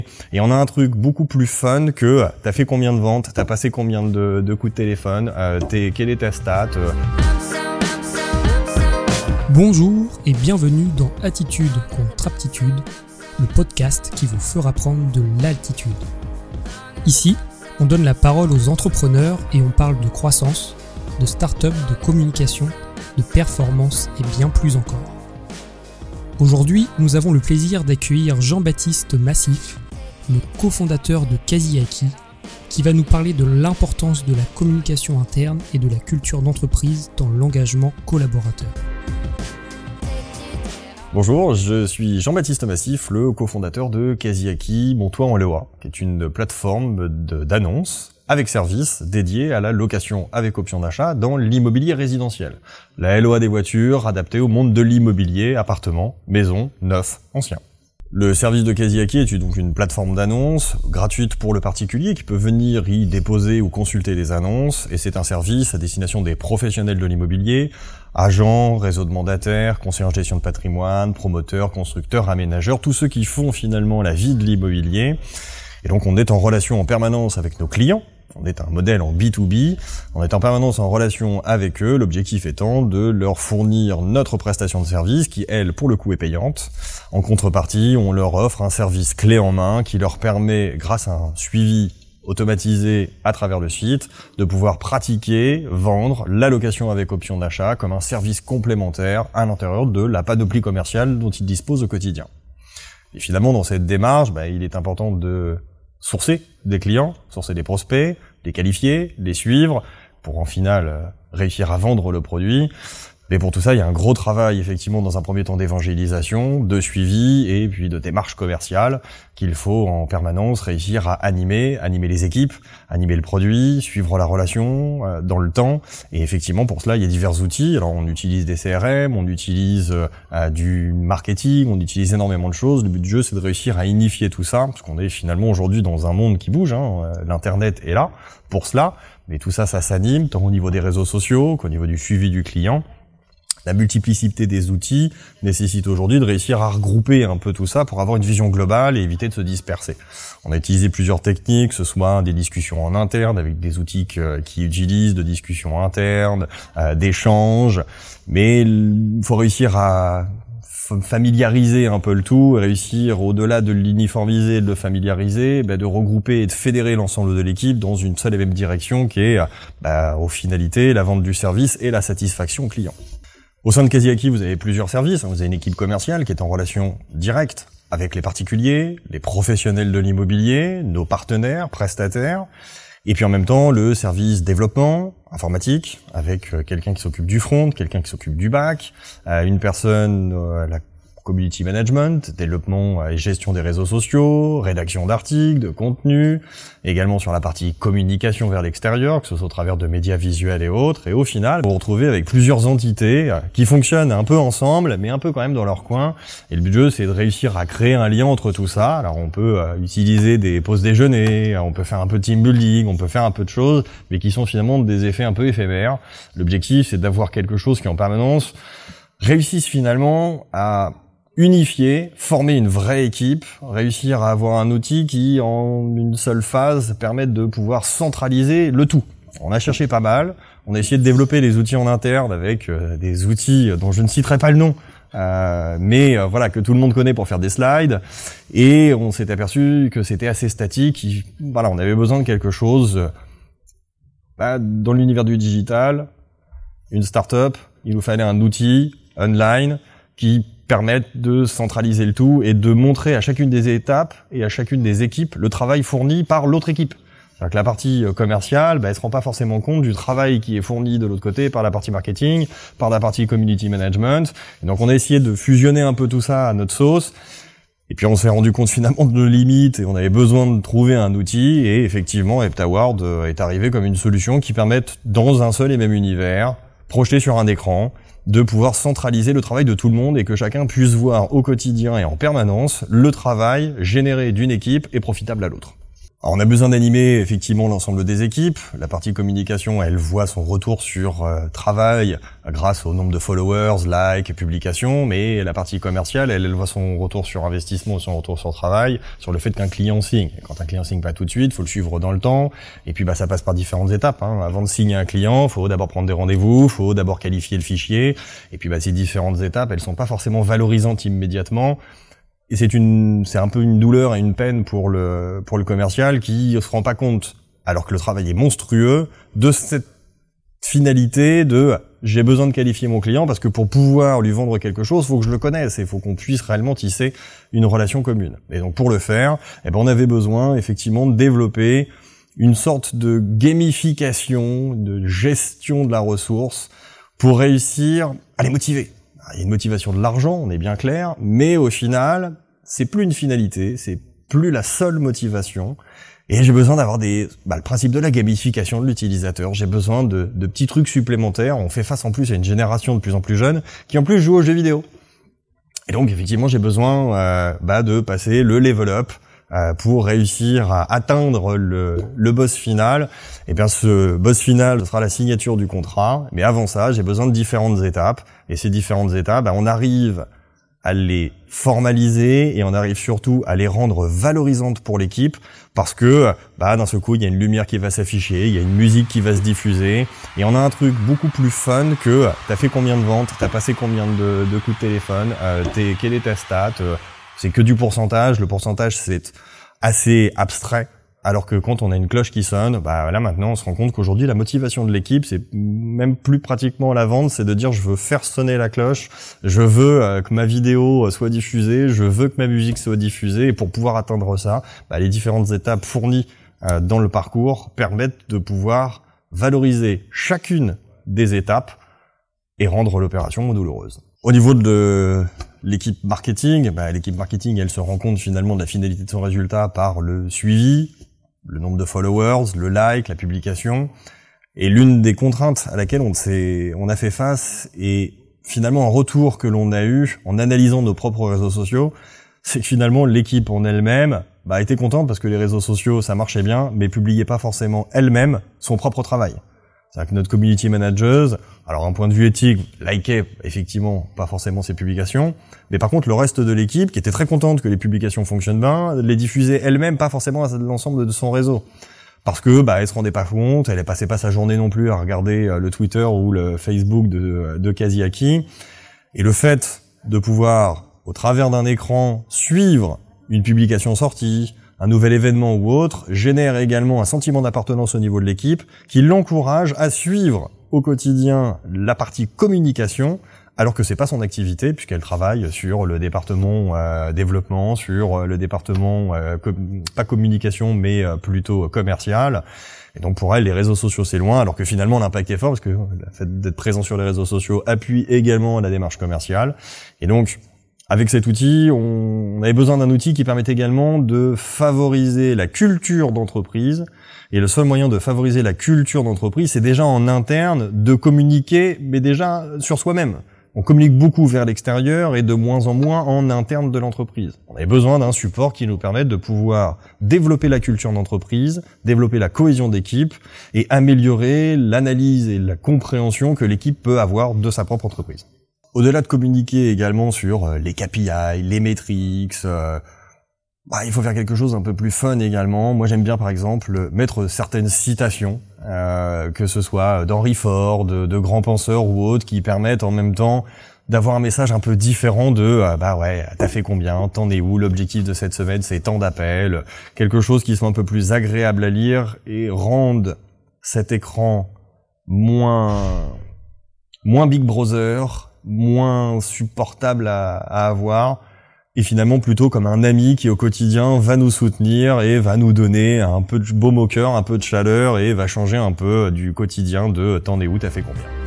Et on a un truc beaucoup plus fun que t'as fait combien de ventes, t'as passé combien de coups de téléphone, quelle est ta stat. Bonjour et bienvenue dans Attitude contre Aptitude, le podcast qui vous fera prendre de l'altitude. Ici, on donne la parole aux entrepreneurs et on parle de croissance, de start-up, de communication, de performance et bien plus encore. Aujourd'hui, nous avons le plaisir d'accueillir Jean-Baptiste Massif, le cofondateur de Quasi-Acquis, qui va nous parler de l'importance de la communication interne et de la culture d'entreprise dans l'engagement collaborateur. Bonjour, je suis Jean-Baptiste Massif, le cofondateur de Quasi-Acquis, Mon Toit en Loa, qui est une plateforme d'annonces avec services dédiés à la location avec option d'achat dans l'immobilier résidentiel. La LOA des voitures adaptée au monde de l'immobilier, appartements, maisons, neufs, anciens. Le service de Quasi-Acquis est donc une plateforme d'annonces gratuite pour le particulier qui peut venir y déposer ou consulter les annonces, et c'est un service à destination des professionnels de l'immobilier, agents, réseaux de mandataires, conseillers en gestion de patrimoine, promoteurs, constructeurs, aménageurs, tous ceux qui font finalement la vie de l'immobilier. Et donc on est en relation en permanence avec nos clients. On est un modèle en B2B, on est en permanence en relation avec eux, l'objectif étant de leur fournir notre prestation de service qui, elle, pour le coup, est payante. En contrepartie, on leur offre un service clé en main qui leur permet, grâce à un suivi automatisé à travers le site, de pouvoir pratiquer, vendre la location avec option d'achat comme un service complémentaire à l'intérieur de la panoplie commerciale dont ils disposent au quotidien. Et finalement, dans cette démarche, il est important de sourcer des clients, sourcer des prospects, les qualifier, les suivre, pour en final réussir à vendre le produit. Mais pour tout ça, il y a un gros travail effectivement dans un premier temps d'évangélisation, de suivi et puis de démarche commerciale qu'il faut en permanence réussir à animer les équipes, animer le produit, suivre la relation dans le temps. Et effectivement, pour cela, il y a divers outils. Alors, on utilise des CRM, on utilise du marketing, on utilise énormément de choses. Le but du jeu, c'est de réussir à unifier tout ça, parce qu'on est finalement aujourd'hui dans un monde qui bouge. L'Internet est là pour cela, mais tout ça, ça s'anime tant au niveau des réseaux sociaux qu'au niveau du suivi du client. La multiplicité des outils nécessite aujourd'hui de réussir à regrouper un peu tout ça pour avoir une vision globale et éviter de se disperser. On a utilisé plusieurs techniques, que ce soit des discussions en interne avec des outils qui utilisent de discussions internes, d'échanges, mais il faut réussir à familiariser un peu le tout, réussir au-delà de l'uniformiser, de le familiariser, de regrouper et de fédérer l'ensemble de l'équipe dans une seule et même direction qui est, aux finalités, la vente du service et la satisfaction client. Au sein de Quasi-Acquis, vous avez plusieurs services. Vous avez une équipe commerciale qui est en relation directe avec les particuliers, les professionnels de l'immobilier, nos partenaires, prestataires. Et puis en même temps, le service développement informatique avec quelqu'un qui s'occupe du front, quelqu'un qui s'occupe du back, une personne la community management, développement et gestion des réseaux sociaux, rédaction d'articles, de contenus, également sur la partie communication vers l'extérieur, que ce soit au travers de médias visuels et autres. Et au final, vous vous retrouvez avec plusieurs entités qui fonctionnent un peu ensemble, mais un peu quand même dans leur coin. Et le but du jeu, c'est de réussir à créer un lien entre tout ça. Alors on peut utiliser des pauses déjeuner, on peut faire un peu de team building, on peut faire un peu de choses, mais qui sont finalement des effets un peu éphémères. L'objectif, c'est d'avoir quelque chose qui en permanence réussisse finalement à unifier, former une vraie équipe, réussir à avoir un outil qui, en une seule phase, permette de pouvoir centraliser le tout. On a cherché pas mal, on a essayé de développer les outils en interne avec des outils dont je ne citerai pas le nom, mais que tout le monde connaît pour faire des slides, et on s'est aperçu que c'était assez statique. On avait besoin de quelque chose dans l'univers du digital, une start-up, il nous fallait un outil online qui permettent de centraliser le tout et de montrer à chacune des étapes et à chacune des équipes le travail fourni par l'autre équipe. C'est-à-dire que la partie commerciale, elle se rend pas forcément compte du travail qui est fourni de l'autre côté par la partie marketing, par la partie community management. Et donc on a essayé de fusionner un peu tout ça à notre sauce. Et puis on s'est rendu compte finalement de nos limites et on avait besoin de trouver un outil. Et effectivement, Heptaward est arrivé comme une solution qui permette, dans un seul et même univers, projeté sur un écran, de pouvoir centraliser le travail de tout le monde et que chacun puisse voir au quotidien et en permanence le travail généré d'une équipe et profitable à l'autre. Alors, on a besoin d'animer effectivement l'ensemble des équipes. La partie communication, elle voit son retour sur travail grâce au nombre de followers, likes et publications, mais la partie commerciale, elle voit son retour sur investissement, son retour sur travail, sur le fait qu'un client signe. Et quand un client signe pas tout de suite, faut le suivre dans le temps, et puis ça passe par différentes étapes. Avant de signer un client, faut d'abord prendre des rendez-vous, faut d'abord qualifier le fichier, et puis ces différentes étapes, elles sont pas forcément valorisantes immédiatement. Et c'est un peu une douleur et une peine pour le commercial qui se rend pas compte, alors que le travail est monstrueux, de cette finalité de j'ai besoin de qualifier mon client parce que pour pouvoir lui vendre quelque chose, faut que je le connaisse et faut qu'on puisse réellement tisser une relation commune. Et donc pour le faire, on avait besoin effectivement de développer une sorte de gamification, de gestion de la ressource pour réussir à les motiver. Il y a une motivation de l'argent, on est bien clair, mais au final, c'est plus une finalité, c'est plus la seule motivation. Et j'ai besoin d'avoir le principe de la gamification de l'utilisateur. J'ai besoin de petits trucs supplémentaires. On fait face en plus à une génération de plus en plus jeune qui en plus joue aux jeux vidéo. Et donc effectivement, j'ai besoin de passer le level up pour réussir à atteindre le boss final. Et bien ce boss final, ce sera la signature du contrat. Mais avant ça, j'ai besoin de différentes étapes. Et ces différentes étapes, on arrive à les formaliser et on arrive surtout à les rendre valorisantes pour l'équipe parce que d'un seul coup, il y a une lumière qui va s'afficher, il y a une musique qui va se diffuser et on a un truc beaucoup plus fun que t'as fait combien de ventes, t'as passé combien de coups de téléphone, quelle est ta stat, c'est que du pourcentage. Le pourcentage, c'est assez abstrait. Alors que quand on a une cloche qui sonne, là maintenant on se rend compte qu'aujourd'hui la motivation de l'équipe, c'est même plus pratiquement la vente, c'est de dire je veux faire sonner la cloche, je veux que ma vidéo soit diffusée, je veux que ma musique soit diffusée, et pour pouvoir atteindre ça, les différentes étapes fournies dans le parcours permettent de pouvoir valoriser chacune des étapes et rendre l'opération moins douloureuse. Au niveau de l'équipe marketing, l'équipe marketing, elle se rend compte finalement de la finalité de son résultat par le suivi, le nombre de followers, le like, la publication. Et l'une des contraintes à laquelle on a fait face et finalement un retour que l'on a eu en analysant nos propres réseaux sociaux, c'est que finalement l'équipe en elle-même était contente parce que les réseaux sociaux ça marchait bien, mais publiait pas forcément elle-même son propre travail. C'est-à-dire que notre community manager, alors d'un point de vue éthique, likait effectivement pas forcément ses publications, mais par contre le reste de l'équipe, qui était très contente que les publications fonctionnent bien, les diffusait elle-même pas forcément à l'ensemble de son réseau. Parce que elle se rendait pas compte, elle passait pas sa journée non plus à regarder le Twitter ou le Facebook de Kaziaki. Et le fait de pouvoir, au travers d'un écran, suivre une publication sortie, un nouvel événement ou autre, génère également un sentiment d'appartenance au niveau de l'équipe qui l'encourage à suivre au quotidien la partie communication, alors que c'est pas son activité puisqu'elle travaille sur le département développement, sur le département pas communication mais plutôt commercial. Et donc pour elle, les réseaux sociaux c'est loin, alors que finalement l'impact est fort parce que le fait d'être présent sur les réseaux sociaux appuie également la démarche commerciale. Et donc avec cet outil, on avait besoin d'un outil qui permettait également de favoriser la culture d'entreprise. Et le seul moyen de favoriser la culture d'entreprise, c'est déjà en interne de communiquer, mais déjà sur soi-même. On communique beaucoup vers l'extérieur et de moins en moins en interne de l'entreprise. On avait besoin d'un support qui nous permette de pouvoir développer la culture d'entreprise, développer la cohésion d'équipe et améliorer l'analyse et la compréhension que l'équipe peut avoir de sa propre entreprise. Au-delà de communiquer également sur les KPI, les métriques, il faut faire quelque chose un peu plus fun également. Moi, j'aime bien, par exemple, mettre certaines citations, que ce soit d'Henry Ford, de grands penseurs ou autres, qui permettent en même temps d'avoir un message un peu différent de t'as fait combien, t'en es où, l'objectif de cette semaine, c'est tant d'appels, quelque chose qui soit un peu plus agréable à lire et rende cet écran moins Big Brother, moins supportable à avoir, et finalement plutôt comme un ami qui au quotidien va nous soutenir et va nous donner un peu de baume au cœur, un peu de chaleur et va changer un peu du quotidien de t'en es où, t'as fait combien.